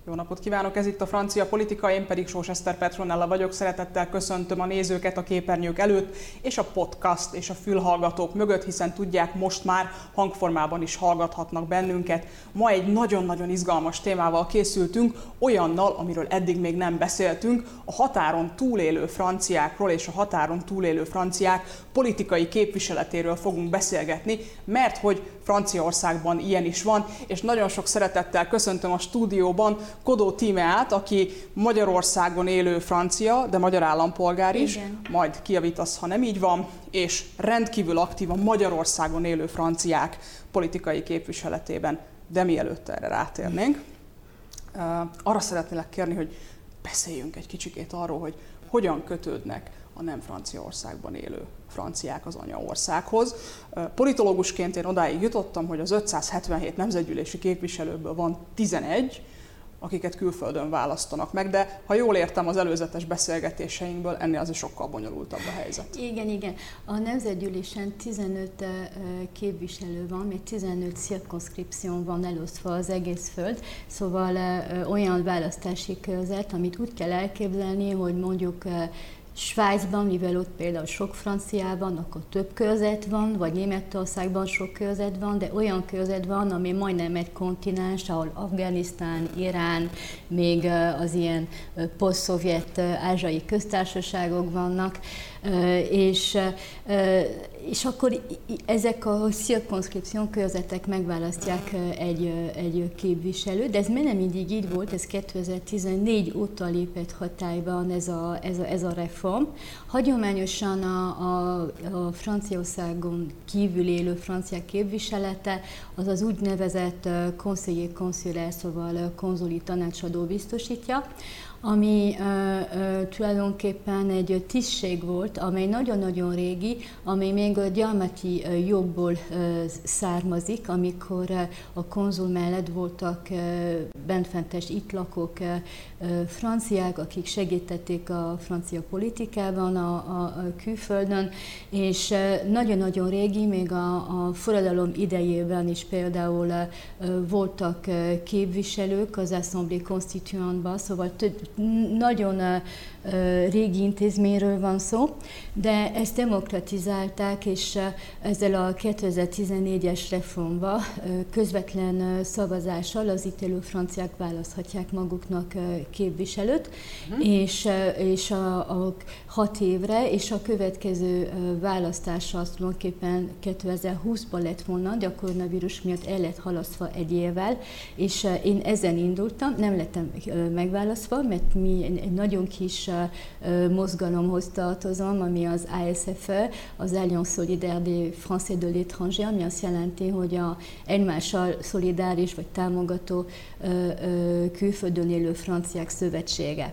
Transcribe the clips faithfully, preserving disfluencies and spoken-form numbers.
Jó napot kívánok, ez itt a Francia Politika, én pedig Sós Eszter Petronella vagyok. Szeretettel köszöntöm a nézőket a képernyők előtt, és a podcast és a fülhallgatók mögött, hiszen tudják, most már hangformában is hallgathatnak bennünket. Ma egy nagyon-nagyon izgalmas témával készültünk, olyannal, amiről eddig még nem beszéltünk, a határon túlélő franciákról és a határon túlélő franciák politikai képviseletéről fogunk beszélgetni, mert hogy Franciaországban ilyen is van, és nagyon sok szeretettel köszöntöm a stúdióban Kodó Tímeát, aki Magyarországon élő francia, de magyar állampolgár is, igen. Majd kijavítasz, ha nem így van, és rendkívül aktív a Magyarországon élő franciák politikai képviseletében. De mielőtt erre rátérnénk, arra szeretnélek kérni, hogy beszéljünk egy kicsikét arról, hogy hogyan kötődnek a nem Franciaországban élő franciák az anyaországhoz. Politológusként én odáig jutottam, hogy az ötszázhetvenhét nemzetgyűlési képviselőből van tizenegy, akiket külföldön választanak meg, de ha jól értem az előzetes beszélgetéseinkből, ennél azért sokkal bonyolultabb a helyzet. Igen, igen. A nemzetgyűlésen tizenöt képviselő van, még tizenöt cirkonszkripció van elosztva az egész föld, szóval olyan választási körzet, amit úgy kell elképzelni, hogy mondjuk Svájcban, mivel ott például sok francia van, akkor több körzet van, vagy Németországban sok körzet van, de olyan körzet van, ami majdnem egy kontinens, ahol Afganisztán, Irán, még az ilyen poszt-szovjet ázsiai köztársaságok vannak, és, és akkor ezek a cirkonszkripció körzetek megválasztják egy, egy képviselőt, de ez nem mindig így volt, ez kétezer-tizennégy óta lépett hatályban ez a, ez a, ez a reform. Hagyományosan a, a, a Franciaországon kívül élő francia képviselete az az úgynevezett conseiller consulaire, szóval konzuli tanácsadó biztosítja, ami uh, uh, tulajdonképpen egy tisztség volt, amely nagyon-nagyon régi, amely még a gyarmati uh, jogból uh, származik, amikor uh, a konzul mellett voltak uh, bentfentes itt lakók uh, uh, franciák, akik segítették a francia politikában, a, a, a külföldön, és uh, nagyon-nagyon régi, még a, a forradalom idejében is például uh, voltak uh, képviselők az Assemblée Constituante-ban, szóval több nagyon uh, régi intézményről van szó, de ezt demokratizálták, és uh, ezzel a kétezer-tizennégyes reformba uh, közvetlen uh, szavazással az itt élő franciák választhatják maguknak uh, képviselőt, uh-huh. és, uh, és a, a hat évre, és a következő uh, választása azt tulajdonképpen kétezer-húszban lett volna, de a koronavírus miatt el lett halasztva egy évvel, és uh, én ezen indultam, nem lettem uh, megválasztva, mert mi egy nagyon kis uh, mozgalomhoz tartozom, ami az á es ef e, az Alliance Solidaire des Français de l'étranger, ami azt jelenti, hogy a egymással szolidáris vagy támogató uh, uh, külföldön élő franciák szövetsége.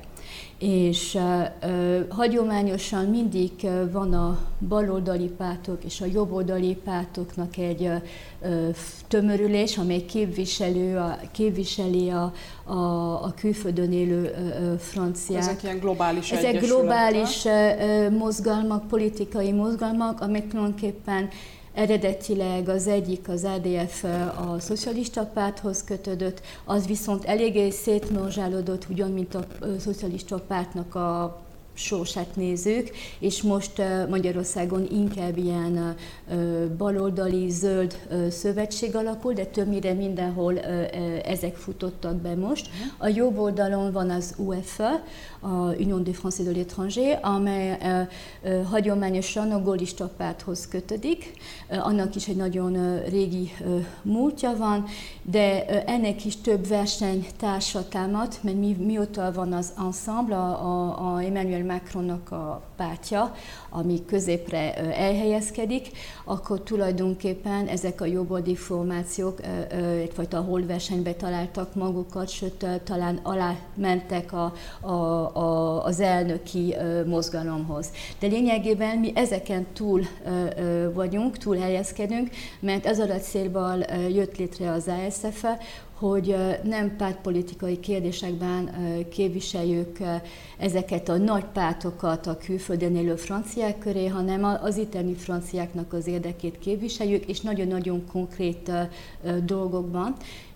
És uh, uh, hagyományosan mindig uh, van a baloldali pártok és a jobboldali pártoknak egy uh, uh, tömörülés, amely képviselő, a, képviseli a, a, a külföldön élő uh, franciák. Ezek ilyen globális Ezek globális uh, uh, mozgalmak, politikai mozgalmak, amik tulajdonképpen eredetileg az egyik, az á dé ef a szocialista párthoz kötődött, az viszont eléggé szétmorzsálódott, ugyan, mint a szocialista pártnak a sorsát nézzük, és most uh, Magyarországon inkább ilyen uh, baloldali, zöld uh, szövetség alakul, de többnyire mindenhol uh, uh, ezek futottak be most. A jobb oldalon van az u ef e, a Union des Français de l'étranger, amely uh, uh, hagyományosan a gaullista párthoz kötődik. Uh, annak is egy nagyon uh, régi uh, múltja van, de uh, ennek is több versenytársa támad, mert mi, mióta van az Ensemble, a, a, a Emmanuel Macronnak a pártja, ami középre elhelyezkedik, akkor tulajdonképpen ezek a jobboldali formációk egyfajta holdversenybe találtak magukat, sőt talán alá mentek a, a, a, az elnöki mozgalomhoz. De lényegében mi ezeken túl vagyunk, túl helyezkedünk, mert ez alatt célban jött létre az á es ef e, hogy nem pártpolitikai kérdésekben képviseljük ezeket a nagy pártokat a külföldön élő franciák köré, hanem az itteni franciáknak az érdekét képviseljük, és nagyon-nagyon konkrét dolgokban.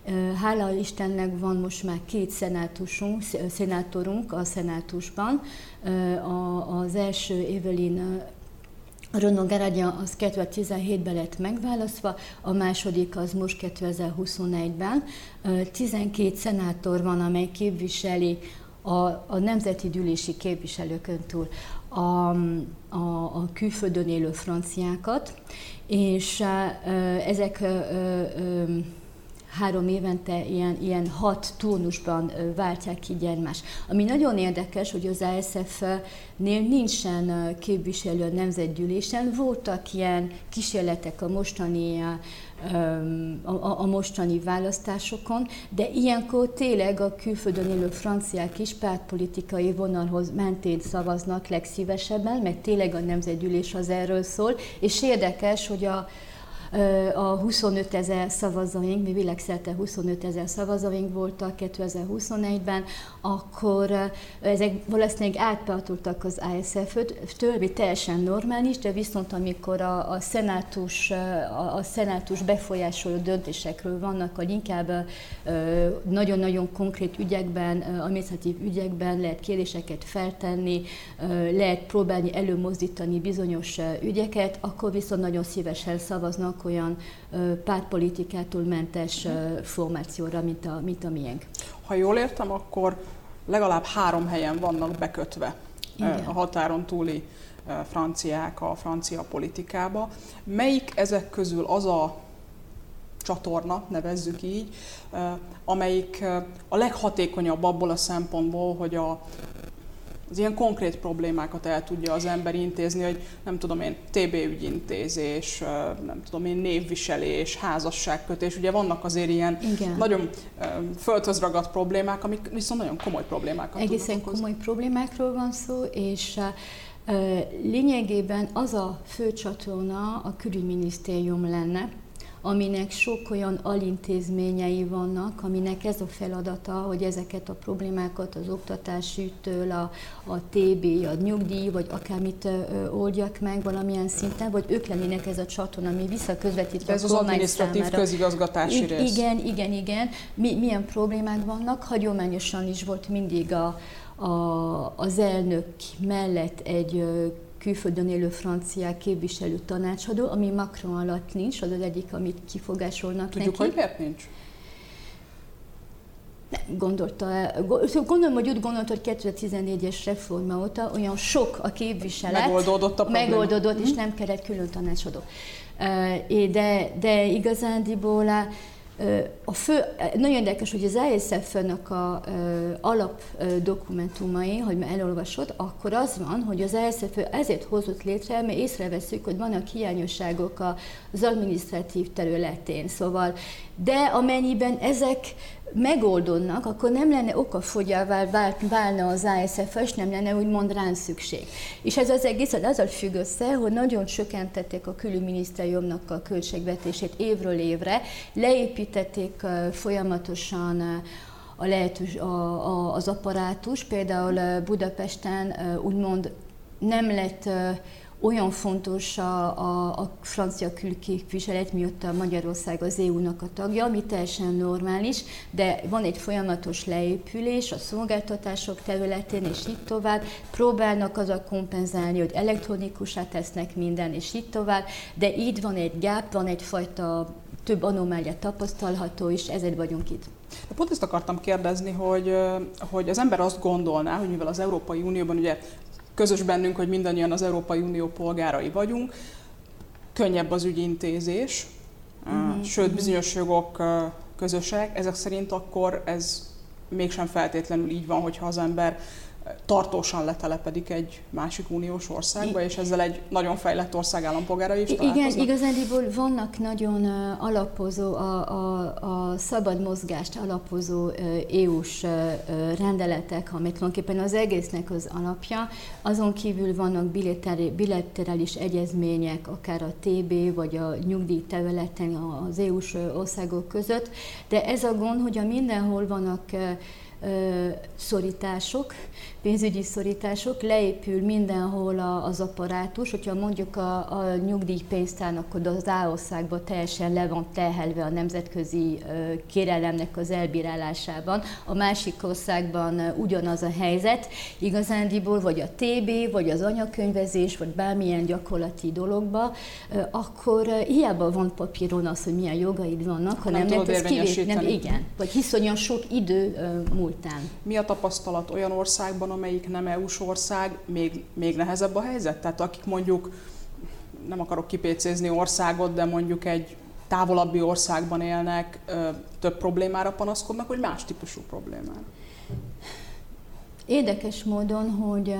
Hála Istennek van most már két szenátusunk, szenátorunk a szenátusban. Az első Evelyn Renaud Garadjan az kétezer-tizenhétben lett megválasztva, a második az most kétezer-huszonegyben. tizenkét szenátor van, amely képviseli a, a nemzeti gyűlési képviselőkön túl a, a, a külföldön élő franciákat, és ezek három évente ilyen, ilyen hat turnusban váltják ki gyermás. Ami nagyon érdekes, hogy az á es ef-nél nincsen képviselő a nemzetgyűlésen, voltak ilyen kísérletek a mostani, a, a mostani választásokon, de ilyenkor tényleg a külföldön élő franciák is pártpolitikai vonalhoz mentén szavaznak legszívesebben, mert tényleg a nemzetgyűlés az erről szól, és érdekes, hogy a a huszonöt ezer szavazóink, mi világszerte huszonöt ezer szavazóink voltak kétezer-huszonegyben, akkor ezek valószínűleg átpártoltak az á es ef-től, ami teljesen normális, de viszont amikor a, a, szenátus, a, a szenátus befolyásoló döntésekről vannak, hogy inkább nagyon-nagyon konkrét ügyekben, adminisztratív ügyekben lehet kérdéseket feltenni, lehet próbálni előmozdítani bizonyos ügyeket, akkor viszont nagyon szívesen szavaznak olyan pártpolitikától mentes formációra, mint a, mint a miénk. Ha jól értem, akkor legalább három helyen vannak bekötve Igen. a határon túli franciák a francia politikába. Melyik ezek közül az a csatorna, nevezzük így, amelyik a leghatékonyabb abból a szempontból, hogy a az ilyen konkrét problémákat el tudja az ember intézni, hogy nem tudom én, té bé ügyintézés, nem tudom én, névviselés, házasságkötés, ugye vannak azért ilyen Igen. nagyon földhöz ragadt problémák, amik viszont nagyon komoly problémákat Egészen tudnak komoly problémákról van szó, és lényegében az a fő csatorna a külügyminisztérium lenne, aminek sok olyan alintézményei vannak, aminek ez a feladata, hogy ezeket a problémákat az oktatásügytől, a, a té bé, a nyugdíj, vagy akármit ö, oldjak meg valamilyen szinten, vagy ők lennének ez a csatorna, ami visszaközvetítve ez a kormány számára. Ez az adminisztratív közigazgatási I- rész. Igen, igen, igen. Mi, milyen problémák vannak? Hagyományosan is volt mindig a, a, az elnök mellett egy külföldön élő franciák képviselő tanácsadó, ami Macron alatt nincs, az az egyik, amit kifogásolnak Tudjuk, neki. hogy miért nincs? Nem, gondolta, gondolom, hogy úgy gondolta, hogy kétezer-tizennégyes reforma óta olyan sok a képviselet, megoldódott, a megoldódott és nem kellett külön tanácsadó. De, de igazándiból a fő, nagyon érdekes, hogy az á es ef-nek a alap dokumentumai, hogy elolvasod, akkor az van, hogy az á es ef ezért hozott létre, mert észreveszünk, hogy vannak hiányosságok az adminisztratív területén. Szóval, de amennyiben ezek megoldódnak, akkor nem lenne okafogyává válna az á es ef, és nem lenne úgymond ránk szükség. És ez az egész azzal függ össze, hogy nagyon csökkentették a külügyminisztériumnak a költségvetését évről évre, leépítették folyamatosan a lehetős, a, a, az apparátus, például Budapesten úgymond nem lett olyan fontos a, a, a francia külképviselet, mióta Magyarország az é u-nak a tagja, ami teljesen normális, de van egy folyamatos leépülés a szolgáltatások területén, és így tovább. Próbálnak azzal kompenzálni, hogy elektronikussá tesznek minden, és így tovább, de így van egy gáp, van egyfajta több anomália tapasztalható, és ezért vagyunk itt. De pont ezt akartam kérdezni, hogy, hogy az ember azt gondolná, hogy mivel az Európai Unióban ugye közös bennünk, hogy mindannyian az Európai Unió polgárai vagyunk, könnyebb az ügyintézés, mm-hmm. sőt bizonyos jogok közösek, ezek szerint akkor ez mégsem feltétlenül így van, hogyha az ember tartósan letelepedik egy másik uniós országba, és ezzel egy nagyon fejlett ország állampolgárai is találkoznak? Igen, igazándiból vannak nagyon alapozó, a, a, a szabad mozgást alapozó é u-s rendeletek, amit tulajdonképpen az egésznek az alapja. Azon kívül vannak bilaterális egyezmények, akár a té bé vagy a nyugdíj területen az é u-s országok között, de ez a gond, hogy a mindenhol vannak szorítások, pénzügyi szorítások, leépül mindenhol az apparátus, hogyha mondjuk a, a nyugdíjpénztár, akkor az A-országban teljesen le van terhelve a nemzetközi kérelemnek az elbírálásában, a másik országban ugyanaz a helyzet, igazándiból vagy a té bé, vagy az anyakönyvezés, vagy bármilyen gyakorlati dologba, akkor hiába van papíron az, hogy milyen jogaid vannak, hanem nem tudod érvényesíteni. Nem, igen, vagy hiszonyan sok idő múltán. Mi a tapasztalat olyan országban, amelyik nem é u-s ország, még, még nehezebb a helyzet? Tehát akik mondjuk, nem akarok kipécézni országot, de mondjuk egy távolabbi országban élnek, több problémára panaszkodnak, vagy más típusú problémára? Érdekes módon, hogy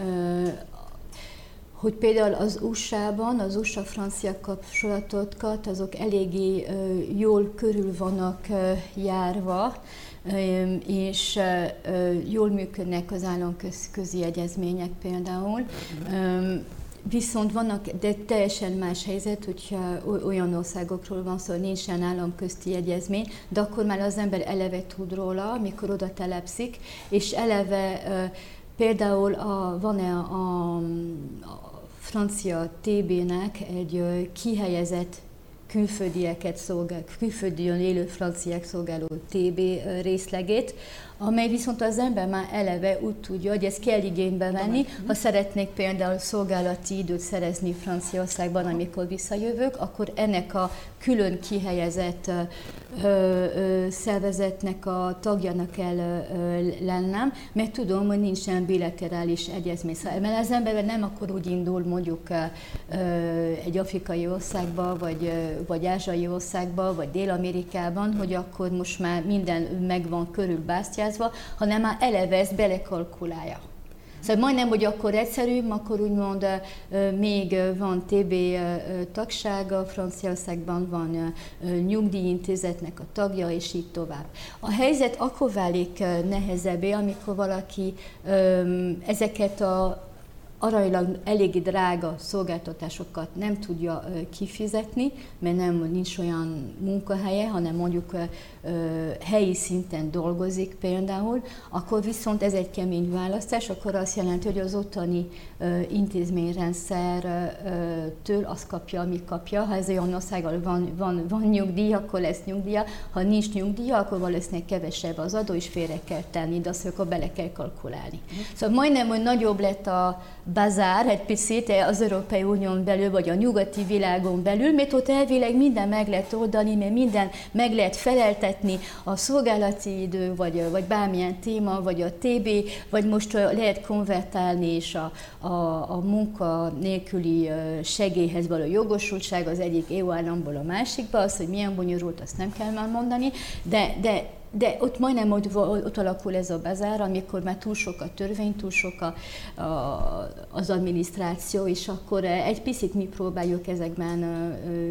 hogy például az u es á-ban az u es á-francia kapcsolatokat, azok eléggé jól körül vannak járva, és jól működnek az államközi egyezmények például. Viszont vannak, de teljesen más helyzet, hogyha olyan országokról van szó, hogy nincsen államközti egyezmény, de akkor már az ember eleve tud róla, amikor oda telepszik, és eleve például a, van-e a, a, a francia té bé-nek egy kihelyezett külföldieket szolgál, külföldön élő franciák szolgáló té bé részlegét, amely viszont az ember már eleve úgy tudja, hogy ezt kell igénybe venni. Ha szeretnék például szolgálati időt szerezni Franciaországban, amikor visszajövök, akkor ennek a külön kihelyezett ö, ö, szervezetnek a tagjának kell ö, lennem, mert tudom, hogy nincsen bilaterális egyezmény. Szóval, mert az ember nem akkor úgy indul mondjuk ö, egy afrikai országba, vagy, ö, vagy ázsiai országba, vagy Dél-Amerikában, hogy akkor most már minden meg van körülbástyázva, hanem már eleve ezt belekalkulálja. Szóval majdnem, hogy akkor egyszerűbb, akkor úgymond még van té bé tagsága, Franciaországban van nyugdíjintézetnek a tagja, és így tovább. A helyzet akkor válik nehezebbé, amikor valaki ezeket a aránylag eléggé drága szolgáltatásokat nem tudja kifizetni, mert nem nincs olyan munkahelye, hanem mondjuk helyi szinten dolgozik például, akkor viszont ez egy kemény választás, akkor azt jelenti, hogy az ottani intézményrendszertől azt kapja, amit kapja. Ha ez olyan országgal van, van, van nyugdíj, akkor lesz nyugdíja, ha nincs nyugdíja, akkor valószínűleg kevesebb az adó, és félre kell tenni, de azt akkor bele kell kalkulálni. Szóval majdnem, hogy nagyobb lett a bazár egy picit az Európai Unión belül, vagy a nyugati világon belül, mert ott elvileg minden meg lehet oldani, mert minden meg lehet feleltetni, a szolgálati idő, vagy, vagy bármilyen téma, vagy a té bé, vagy most lehet konvertálni, és a, a, a munka nélküli segélyhez való jogosultság az egyik é u államból a másikba, az, hogy milyen bonyolult, azt nem kell már mondani, de, de De ott majdnem ott, ott alakul ez a bazár, amikor már túl sok a törvény, túl sok a, a, az adminisztráció, és akkor egy picit mi próbáljuk ezekben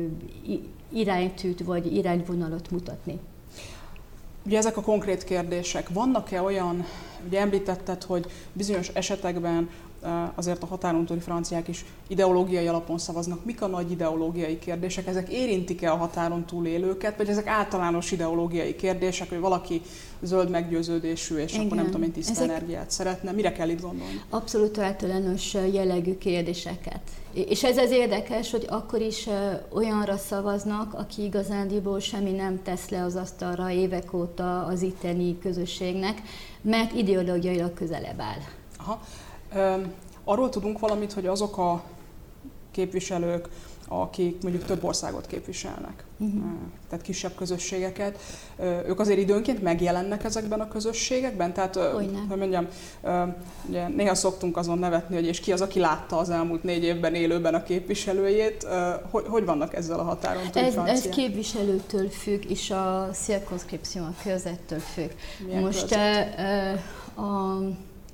iránytűt vagy irányvonalat mutatni. Ugye ezek a konkrét kérdések. Vannak-e olyan, ugye említetted, hogy bizonyos esetekben azért a határon túli franciák is ideológiai alapon szavaznak. Mik a nagy ideológiai kérdések? Ezek érintik-e a határon túl élőket, vagy ezek általános ideológiai kérdések, hogy valaki zöld meggyőződésű, és igen, akkor nem tudom én tiszta ezek energiát szeretne? Mire kell itt gondolni? Abszolút általános jellegű kérdéseket. És ez az érdekes, hogy akkor is olyanra szavaznak, aki igazándiból semmi nem tesz le az asztalra évek óta az itteni közösségnek, mert ideológiailag közelebb áll. Aha. Arról tudunk valamit, hogy azok a képviselők, akik mondjuk több országot képviselnek, uh-huh. tehát kisebb közösségeket, ők azért időnként megjelennek ezekben a közösségekben? Tehát, hogy mondjam, ugye néha szoktunk azon nevetni, hogy és ki az, aki látta az elmúlt négy évben élőben a képviselőjét, hogy, hogy vannak ezzel a határon túl ez, franciák? Ez képviselőtől függ, és a circonscription, a körzettől függ. Milyen Most a, a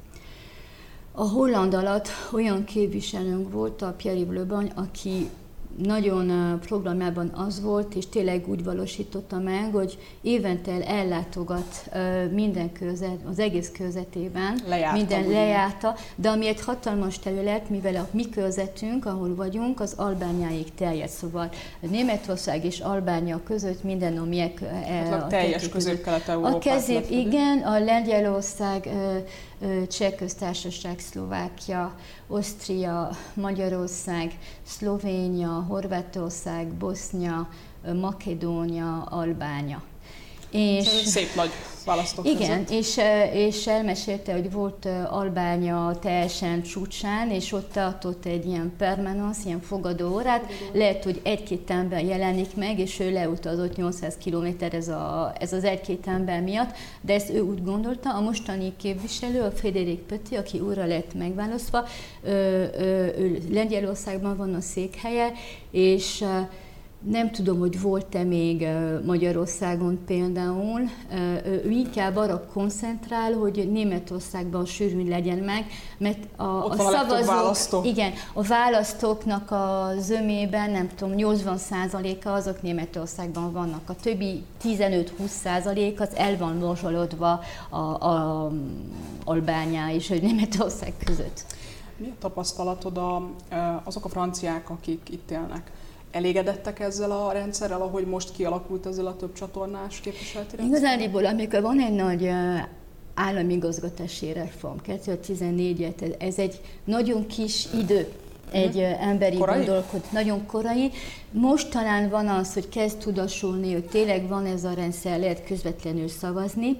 A holland alatt olyan képviselőnk volt, a Pierre-Yves Le Bon, aki nagyon programjában az volt, és tényleg úgy valósította meg, hogy évente ellátogat minden körzet, az egész körzetében, lejárta, minden ugye? lejárta, de ami egy hatalmas terület, mivel a mi körzetünk, ahol vagyunk, az Albániáig terjed, szóval Németország és Albánia között minden, amilyek hát a teljes Közép-Kelet-Európát. A kezép, igen, a Lengyelország, Cseh Köztársaság, Szlovákia, Ausztria, Magyarország, Szlovénia, Horvátország, Bosznia, Makedónia, Albánia. És szép nagy választók igen, között. és, és elmesélte, hogy volt Albánia teljesen csúcsán, és ott tartott egy ilyen permanence, ilyen fogadó órát. Lehet, hogy egy-két ember jelenik meg, és ő leutazott nyolcszáz kilométer ez, a, ez az egy-két ember miatt, de ezt ő úgy gondolta. A mostani képviselő, a Frederik Pötti, aki újra lett megválasztva, ő, ő, ő Lengyelországban van a székhelye, és nem tudom, hogy volt-e még Magyarországon például. Ő inkább arra koncentrál, hogy Németországban sűrűn legyen meg, mert a, a szavazók, választó. igen, a választóknak a zömében, nem tudom, nyolcvan százaléka azok Németországban vannak. A többi tizenöt-húsz százalék az el van morzsolódva a, a Albánia és a Németország között. Mi a tapasztalatod a, azok a franciák, akik itt élnek? Elégedettek ezzel a rendszerrel, ahogy most kialakult ezzel a több csatornás képviseleti rendszer? Igazából, amikor van egy nagy állami igazgatási reform, kétezer-tizennégy, ez egy nagyon kis idő, egy uh-huh. emberi gondolkod, nagyon korai. Most talán van az, hogy kezd tudasulni, hogy tényleg van ez a rendszer, lehet közvetlenül szavazni,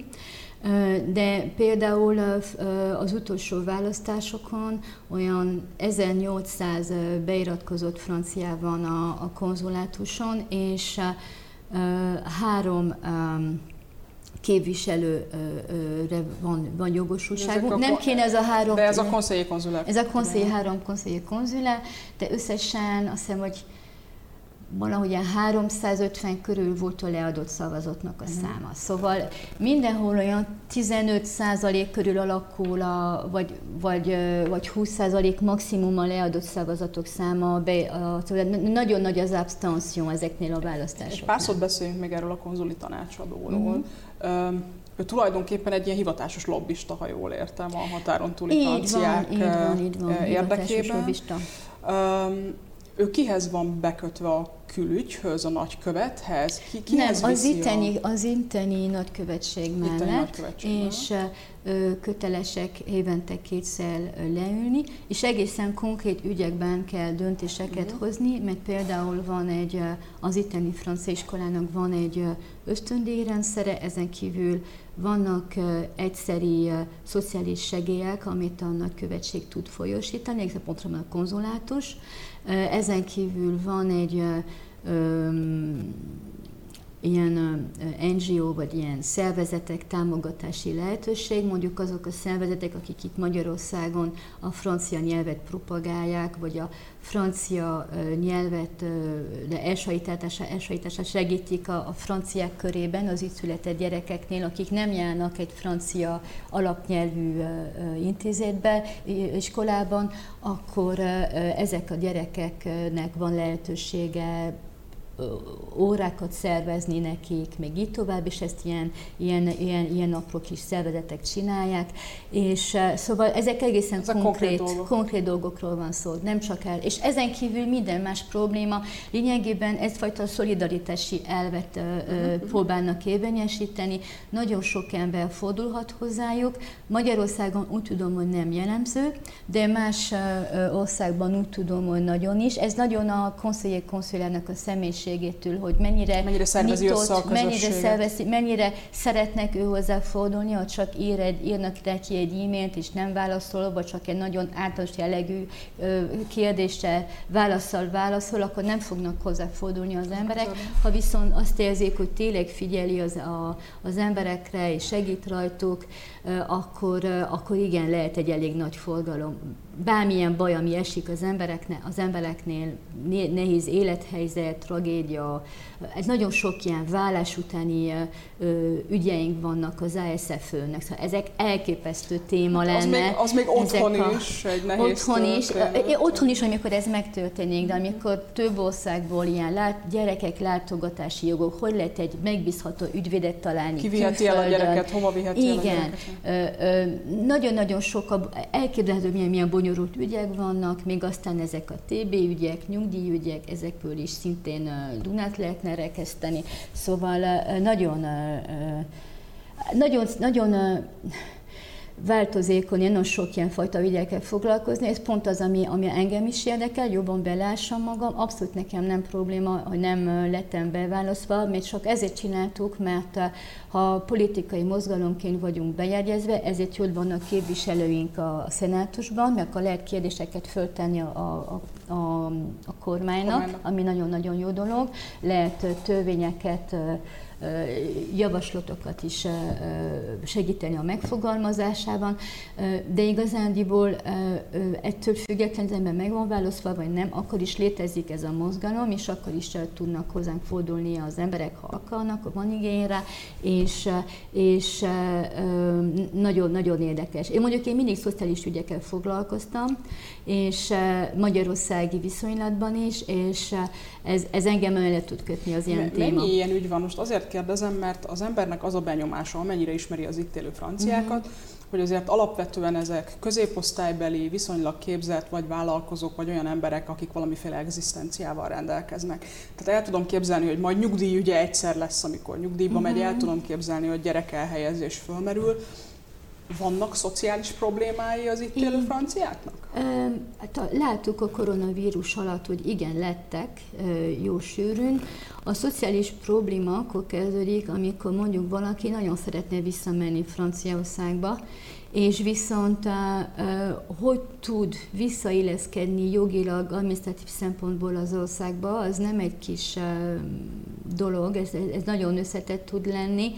de például az utolsó választásokon olyan ezernyolcszáz beiratkozott francia van a, a konzulátuson, és három képviselőre van, van jogosultságunk. Nem kéne ez a három... De ez a conseiller consulaire. Ez a conseiller, három conseiller consulaire, de összesen azt hiszem, hogy valahogy háromszázötven körül volt a leadott szavazatnak a száma. Szóval mindenhol olyan tizenöt százalék körül alakul, a, vagy, vagy, vagy húsz százalék maximum a leadott szavazatok száma. Be, a, nagyon nagy az abstenció ezeknél a választásoknál. Egy pár szót beszéljünk még erről a konzuli tanácsadóról. Uh-huh. Ő tulajdonképpen egy ilyen hivatásos lobbista, ha jól értem, a határon túli így franciák van, így van, így van, érdekében. Ő kihez van bekötve a külügyhöz, a nagykövethez? Ki, kihez Nem, az itteni, a... az itteni nagykövetség mellett, nagykövetség és ö, kötelesek évente kétszer leülni, és egészen konkrét ügyekben kell döntéseket uh-huh. hozni, mert például van egy, az itteni francia iskolának van egy ösztöndíjrendszere, ezen kívül vannak egyszeri uh, szociális segélyek, amit a nagykövetség tud folyósítani, ez pontosan a konzulátus. Uh, ezen kívül van egy uh, um, ilyen uh, en gé o vagy ilyen szervezetek támogatási lehetőség, mondjuk azok a szervezetek, akik itt Magyarországon a francia nyelvet propagálják, vagy a francia uh, nyelvet uh, elsajátítása, elsajátítása segítik a, a franciák körében, az itt született gyerekeknél, akik nem járnak egy francia alapnyelvű uh, uh, intézetbe, iskolában, akkor uh, ezek a gyerekeknek van lehetősége órákat szervezni nekik, még így tovább, és ezt ilyen, ilyen, ilyen, ilyen apró kis szervezetek csinálják, és uh, szóval ezek egészen ez konkrét, konkrét, dolgok. konkrét dolgokról van szó, nem csak el. És ezen kívül minden más probléma, lényegében egyfajta szolidaritási elvet uh, uh, próbálnak érvényesíteni, nagyon sok ember fordulhat hozzájuk, Magyarországon úgy tudom, hogy nem jellemző, de más uh, országban úgy tudom, hogy nagyon is. Ez nagyon a conseiller consulaire-nek a személyiségétől, hogy mennyire, mennyire szervezi nyitott, össze a mennyire, szervezi, mennyire szeretnek ő hozzáfordulni, hogy csak ír egy, írnak neki egy e-mailt, és nem válaszol, vagy csak egy nagyon általános jellegű kérdésre válaszol, válaszol, akkor nem fognak hozzáfordulni az emberek. Ha viszont azt érzik, hogy tényleg figyeli az, a, az emberekre, és segít rajtuk, akkor, akkor igen, lehet egy elég nagy forgalom. bármilyen baj, ami esik az embereknél, az embereknél, nehéz élethelyzet, tragédia, ez nagyon sok ilyen vállás utáni ügyeink vannak az á es ef-nek, szóval ezek elképesztő téma lenne. Az még, az még otthon a, is egy nehéz otthon is, történet. Otthon is, amikor ez megtörténik, de amikor több országból ilyen lát, gyerekek látogatási jogok, hogy lehet egy megbízható ügyvédet találni. Ki viheti el a gyereket, hova viheti igen, el a gyereket? Nagyon-nagyon sok, elképzelhető, milyen, milyen bonyolult ügyek vannak, még aztán ezek a té bé ügyek, nyugdíjügyek, ezekből is szintén Dunát lehetne rekeszteni. Szóval nagyon, nagyon, nagyon változékony, nagyon sok ilyen fajta ügyekkel foglalkozni. Ez pont az, ami, ami engem is érdekel, jobban belássam magam. Abszolút nekem nem probléma, hogy nem lettem beválasztva, mert csak ezért csináltuk, mert ha politikai mozgalomként vagyunk bejegyezve, ezért jól vannak képviselőink a szenátusban, mert akkor lehet kérdéseket föltenni a, a, a, a kormánynak, kormánynak, ami nagyon-nagyon jó dolog. Lehet törvényeket, javaslatokat is segíteni a megfogalmazásában, de igazándiból ettől függetlenül az ember meg van választva, vagy nem, akkor is létezik ez a mozgalom, és akkor is tudnak hozzánk fordulni az emberek, ha akarnak, van igény rá, és, és nagyon-nagyon érdekes. Én mondjuk én mindig szociális ügyekkel foglalkoztam, és magyarországi viszonylatban is, és ez, ez engem el tud kötni az ilyen téma. Mennyi ilyen ügy van? Most azért kérdezem, mert az embernek az a benyomása, amennyire ismeri az itt élő franciákat, uh-huh. hogy azért alapvetően ezek középosztálybeli, viszonylag képzett vagy vállalkozók, vagy olyan emberek, akik valamiféle egzisztenciával rendelkeznek. Tehát el tudom képzelni, hogy majd nyugdíjügye egyszer lesz, amikor nyugdíjba uh-huh. megy, el tudom képzelni, hogy gyerek elhelyezés fölmerül. Vannak szociális problémái az itt élő franciáknak? Hát láttuk a koronavírus alatt, hogy igen, lettek jó sűrűn. A szociális probléma akkor kezdődik, amikor mondjuk valaki nagyon szeretne visszamenni Franciaországba, és viszont hogy tud visszailleszkedni jogilag, adminisztratív szempontból az országba, az nem egy kis dolog, ez, ez nagyon összetett tud lenni.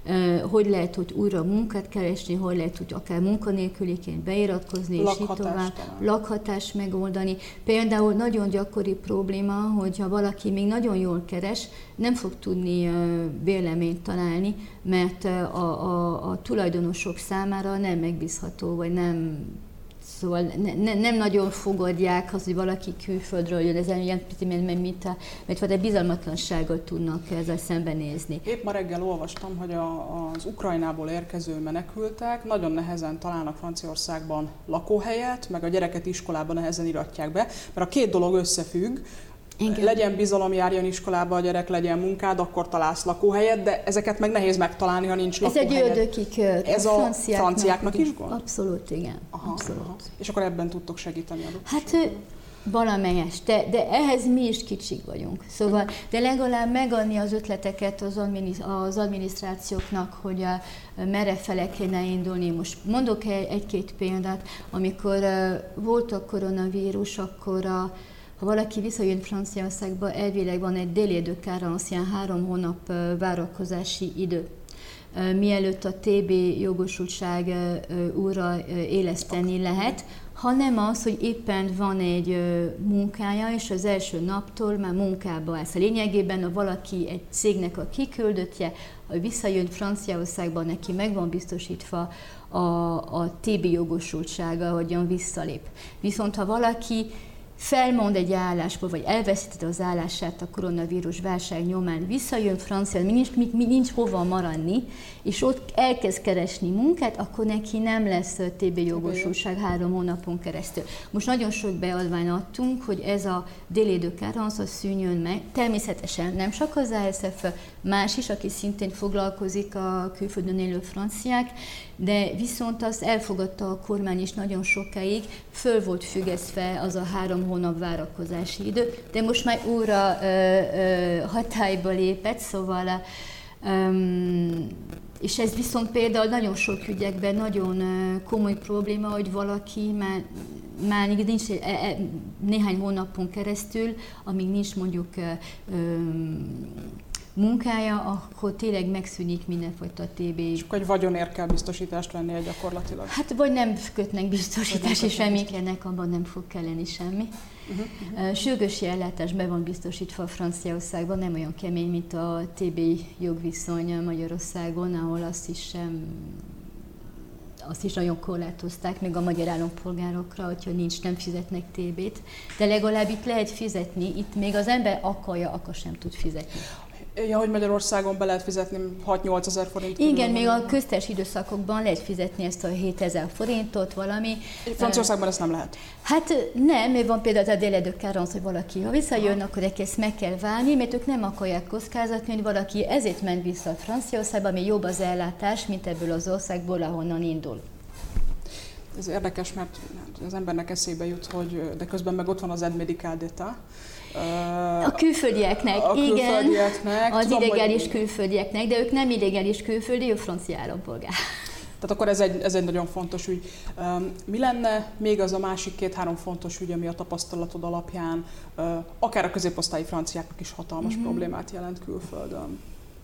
Hogy lehet, hogy újra munkát keresni, hogy lehet, hogy akár munkanélküliként beiratkozni, és így tovább, lakhatást megoldani. Például nagyon gyakori probléma, hogyha valaki még nagyon jól keres, nem fog tudni bérleményt találni, mert a, a, a tulajdonosok számára nem megbízható, vagy nem... Szóval ne, ne, nem nagyon fogadják azt, hogy valaki külföldről jön, ez ilyen mint mert egy bizalmatlansággal tudnak ezzel szembenézni. Épp ma reggel olvastam, hogy a, az Ukrajnából érkező menekültek nagyon nehezen találnak Franciaországban lakóhelyet, meg a gyereket iskolában nehezen iratják be, mert a két dolog összefügg. Igen. Legyen bizalom, járjon iskolába a gyerek, legyen munkád, akkor találsz lakóhelyet, de ezeket meg nehéz megtalálni, ha nincs lakóhelyed. Ez egy ördögi kör. Ez a franciáknak, franciáknak is gond? Abszolút, igen. Aha, abszolút. Aha. És akkor ebben tudtok segíteni a Hát valamelyes, de, de ehhez mi is kicsik vagyunk. Szóval, de legalább megadni az ötleteket az, adminisz, az adminisztrációknak, hogy a, merre fele kéne indulni. Most mondok egy-két példát, amikor uh, volt a koronavírus, akkor a ha valaki visszajön Franciaországba, elvileg van egy délai de carence, ilyen három hónap várakozási idő, mielőtt a té bé jogosultság újra éleszteni lehet, hanem az, hogy éppen van egy munkája, és az első naptól már munkába állsz. A lényegében, ha valaki egy cégnek a kiküldöttje, ha visszajön Franciaországba, neki meg van biztosítva a, a té bé jogosultsága, hogyan visszalép. Viszont ha valaki felmond egy állásból, vagy elveszítette az állását a koronavírus válság nyomán, visszajön Franciába, nincs, nincs hova maradni, és ott elkezd keresni munkát, akkor neki nem lesz té bé jogosultság három hónapon keresztül. Most nagyon sok beadványt adtunk, hogy ez a délai de carence szűnjön meg. Természetesen nem csak az á es ef, más is, aki szintén foglalkozik a külföldön élő franciák, de viszont azt elfogadta a kormány is nagyon sokáig, föl volt függesztve az a három hónap várakozási idő, de most már újra ö, ö, hatályba lépett, szóval um, és ez viszont például nagyon sok ügyekben nagyon komoly probléma, hogy valaki már, már nincs e, e, néhány hónapon keresztül, amíg nincs mondjuk um, munkája, akkor tényleg megszűnik mindenfajta té bé. És akkor egy vagyonért kell biztosítást vennie gyakorlatilag. Hát vagy nem kötnek biztosítási semmit, ennek abban nem fog kelleni semmi. Uh-huh, uh-huh. Sürgősi ellátás be van biztosítva a Franciaországban, nem olyan kemény, mint a té bé jogviszony Magyarországon, ahol azt is sem azt is nagyon korlátozták, még a magyar állampolgárokra, hogyha nincs, nem fizetnek té bét. De legalább itt lehet fizetni, itt még az ember akarja, akkor sem tud fizetni. Ja, hogy Magyarországon be lehet fizetni hat-nyolc ezer forint körül. Igen, még a köztes időszakokban lehet fizetni ezt a hétezer forintot, valami. Franciaországban ezt nem lehet? Hát nem, mert van például a délai de carence, hogy valaki, ha visszajön, akkor ezt meg kell válni, mert ők nem akarják kockázatni, hogy valaki ezért ment vissza a Franciaországba, ami jobb az ellátás, mint ebből az országból, ahonnan indul. Ez érdekes, mert az embernek eszébe jut, hogy de közben meg ott van az Aide Médicale d'État. A külföldieknek, a igen, külföldieknek, az tudom, illegális hogy... külföldieknek, de ők nem illegális külföldi, ők francia állampolgár. Tehát akkor ez egy, ez egy nagyon fontos ügy. Mi lenne még az a másik két-három fontos ügy, ami a tapasztalatod alapján akár a középosztályi franciáknak is hatalmas mm-hmm. problémát jelent külföldön?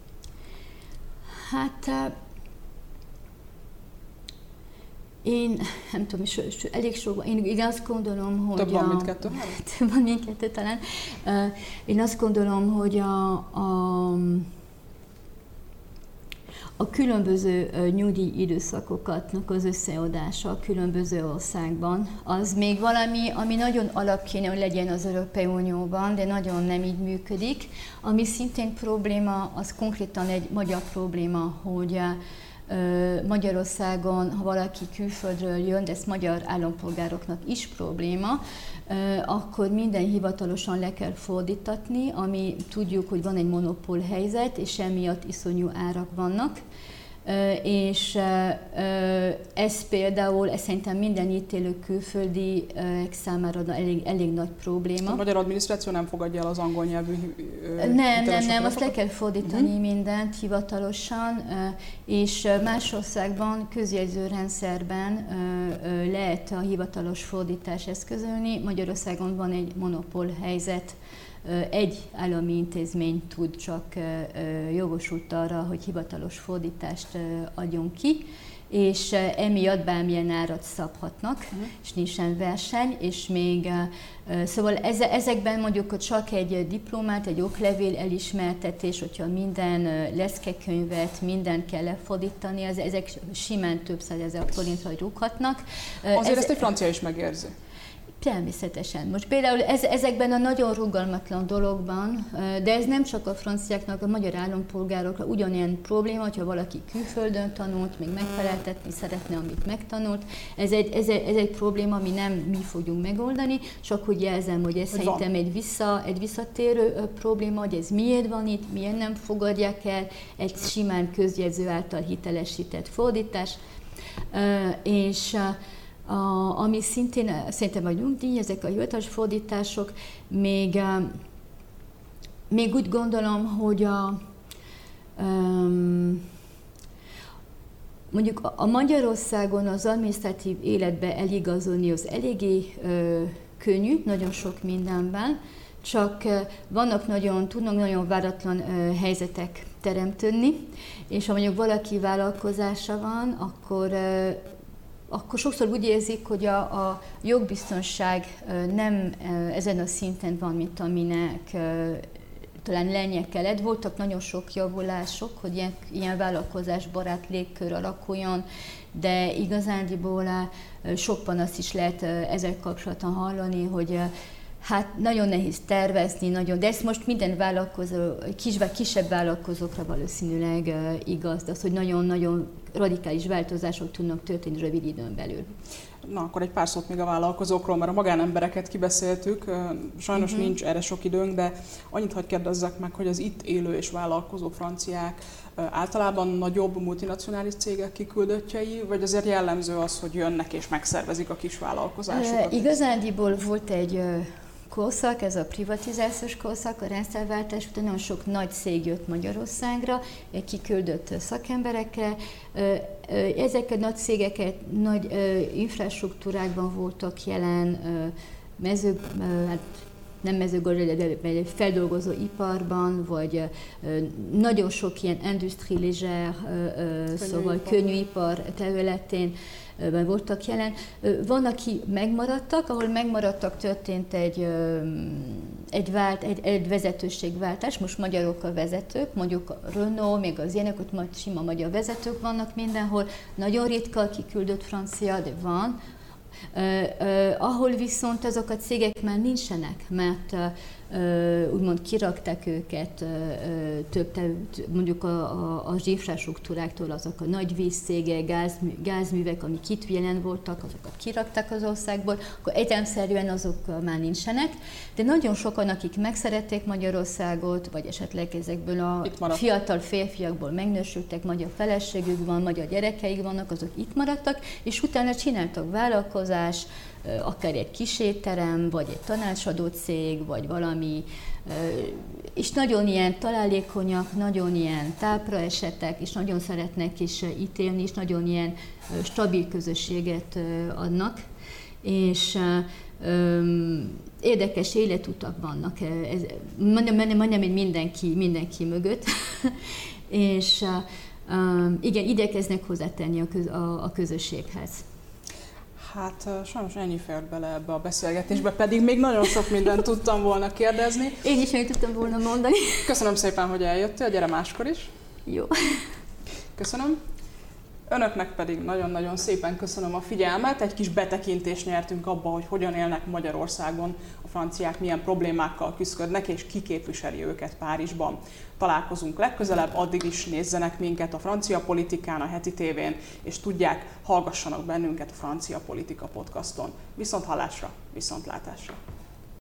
Hát... Én nem tudom, so, so, elég sok, én, én azt gondolom, hogy... Több van, a, mint kettő? Több van, mint kettő talán. Uh, én azt gondolom, hogy a, a, a különböző uh, nyugdíjidőszakoknak az összeadása a különböző országban, az még valami, ami nagyon alap kéne, hogy legyen az Európai Unióban, de nagyon nem így működik. Ami szintén probléma, az konkrétan egy magyar probléma, hogy uh, Magyarországon, ha valaki külföldről jön, de ez magyar állampolgároknak is probléma, akkor minden hivatalosan le kell fordítatni, ami tudjuk, hogy van egy monopól helyzet, és emiatt iszonyú árak vannak. És ez például, ez szerintem minden itt élő külföldi számára elég, elég nagy probléma. A magyar adminisztráció nem fogadja el az angol nyelvű Nem, nem, nem, azt le kell fordítani uh-huh. mindent hivatalosan, és más országban közjegyzőrendszerben lehet a hivatalos fordítás eszközölni. Magyarországon van egy monopól helyzet, egy állami intézmény tud csak jogosult arra, hogy hivatalos fordítást adjon ki, és emiatt bármilyen árat szabhatnak, uh-huh. és nincsen verseny, és még szóval ezekben mondjuk, hogy csak egy diplomát, egy oklevél elismertetés, hogyha minden leszkekönyvet, mindent kell lefordítani, az, ezek simán több százezer forintra rúghatnak. Azért ez, ezt egy francia is megérzi. Természetesen. Most például ez, ezekben a nagyon rugalmatlan dologban, de ez nem csak a franciáknak, a magyar állampolgárokra ugyanilyen probléma, hogyha valaki külföldön tanult, még megfeleltetni szeretne, amit megtanult. Ez egy, ez, egy, ez egy probléma, ami nem mi fogjuk megoldani, csak hogy jelzem, hogy ez hogy szerintem van. egy, vissza, egy visszatérő probléma, hogy ez miért van itt, miért nem fogadják el egy simán közjegyző által hitelesített fordítás. És A, ami szintén szerintem a nyugdíj, ezek a hivatalos fordítások, még, még úgy gondolom, hogy a, um, mondjuk a, a Magyarországon az adminisztratív életbe eligazolni az eléggé uh, könnyű, nagyon sok mindenben, csak uh, vannak nagyon, tudnak nagyon váratlan uh, helyzetek teremtődni, és ha mondjuk valaki vállalkozása van, akkor uh, akkor sokszor úgy érzik, hogy a, a jogbiztonság nem ezen a szinten van, mint aminek talán lennie kellett. Voltak nagyon sok javulások, hogy ilyen, ilyen vállalkozásbarát légkör alakuljon, de igazándiból sok panaszt is lehet ezzel kapcsolatban hallani, hogy hát nagyon nehéz tervezni, nagyon, de ezt most minden vállalkozó, kis vagy kisebb vállalkozókra valószínűleg uh, igaz, de az, hogy nagyon-nagyon radikális változások tudnak történni rövid időn belül. Na, akkor egy pár szót még a vállalkozókról, mert a magánembereket kibeszéltük, sajnos uh-huh. nincs erre sok időnk, de annyit hadd kérdezzek meg, hogy az itt élő és vállalkozó franciák általában nagyobb multinacionális cégek kiküldöttjei, vagy azért jellemző az, hogy jönnek és megszervezik a kis vállalkozásokat? Uh, igazándiból volt egy uh, korszak, ez a privatizációs korszak, a rendszerváltás után nagyon sok nagy cég jött Magyarországra, kiküldött szakemberekkel. Ezek a nagy cégeket nagy infrastruktúrákban voltak jelen, mező, hát nem mezőgazdaságban, vagy feldolgozó iparban, vagy nagyon sok ilyen industrie légère, szóval könnyűipar területén voltak jelen. Van, aki megmaradtak, ahol megmaradtak, történt egy, egy, vált, egy, egy vezetőségváltás, most magyarok a vezetők, mondjuk a Renault, még az ilyenek, ott sima magyar vezetők vannak mindenhol, nagyon ritka a kiküldött francia, de van. Uh, uh, ahol viszont azok a cégek már nincsenek, mert uh, úgymond kirakták őket uh, több, mondjuk a, a, a infrastruktúráktól, azok a nagy vízcégek, gázmű, gázművek, amik itt jelen voltak, azokat kirakták az országból, akkor egyszerűen azok már nincsenek, de nagyon sokan, akik megszerették Magyarországot, vagy esetleg ezekből a fiatal férfiakból megnősültek, magyar feleségük van, magyar gyerekeik vannak, azok itt maradtak, és utána csináltak vállalkozás, akár egy kis étterem, vagy egy tanácsadó cég, vagy valami, és nagyon ilyen találékonyak, nagyon ilyen tápra esettek, és nagyon szeretnek is itt élni, és nagyon ilyen stabil közösséget adnak, és érdekes életutak vannak, ez, mondom, mondom, hogy mindenki, mindenki mögött, és igen, igyekeznek hozzátenni a, köz, a, a közösséghez. Hát sajnos ennyi fért bele ebbe a beszélgetésbe, pedig még nagyon sok mindent tudtam volna kérdezni. Én is még tudtam volna mondani. Köszönöm szépen, hogy eljöttél, gyere máskor is. Jó. Köszönöm. Önöknek pedig nagyon-nagyon szépen köszönöm a figyelmet. Egy kis betekintést nyertünk abba, hogy hogyan élnek Magyarországon, a franciák milyen problémákkal küszködnek, és ki képviseli őket Párizsban. Találkozunk legközelebb, addig is nézzenek minket a Francia Politikán, a Heti tévén, és tudják, hallgassanak bennünket a Francia Politika podcaston. Viszont hallásra, viszontlátásra!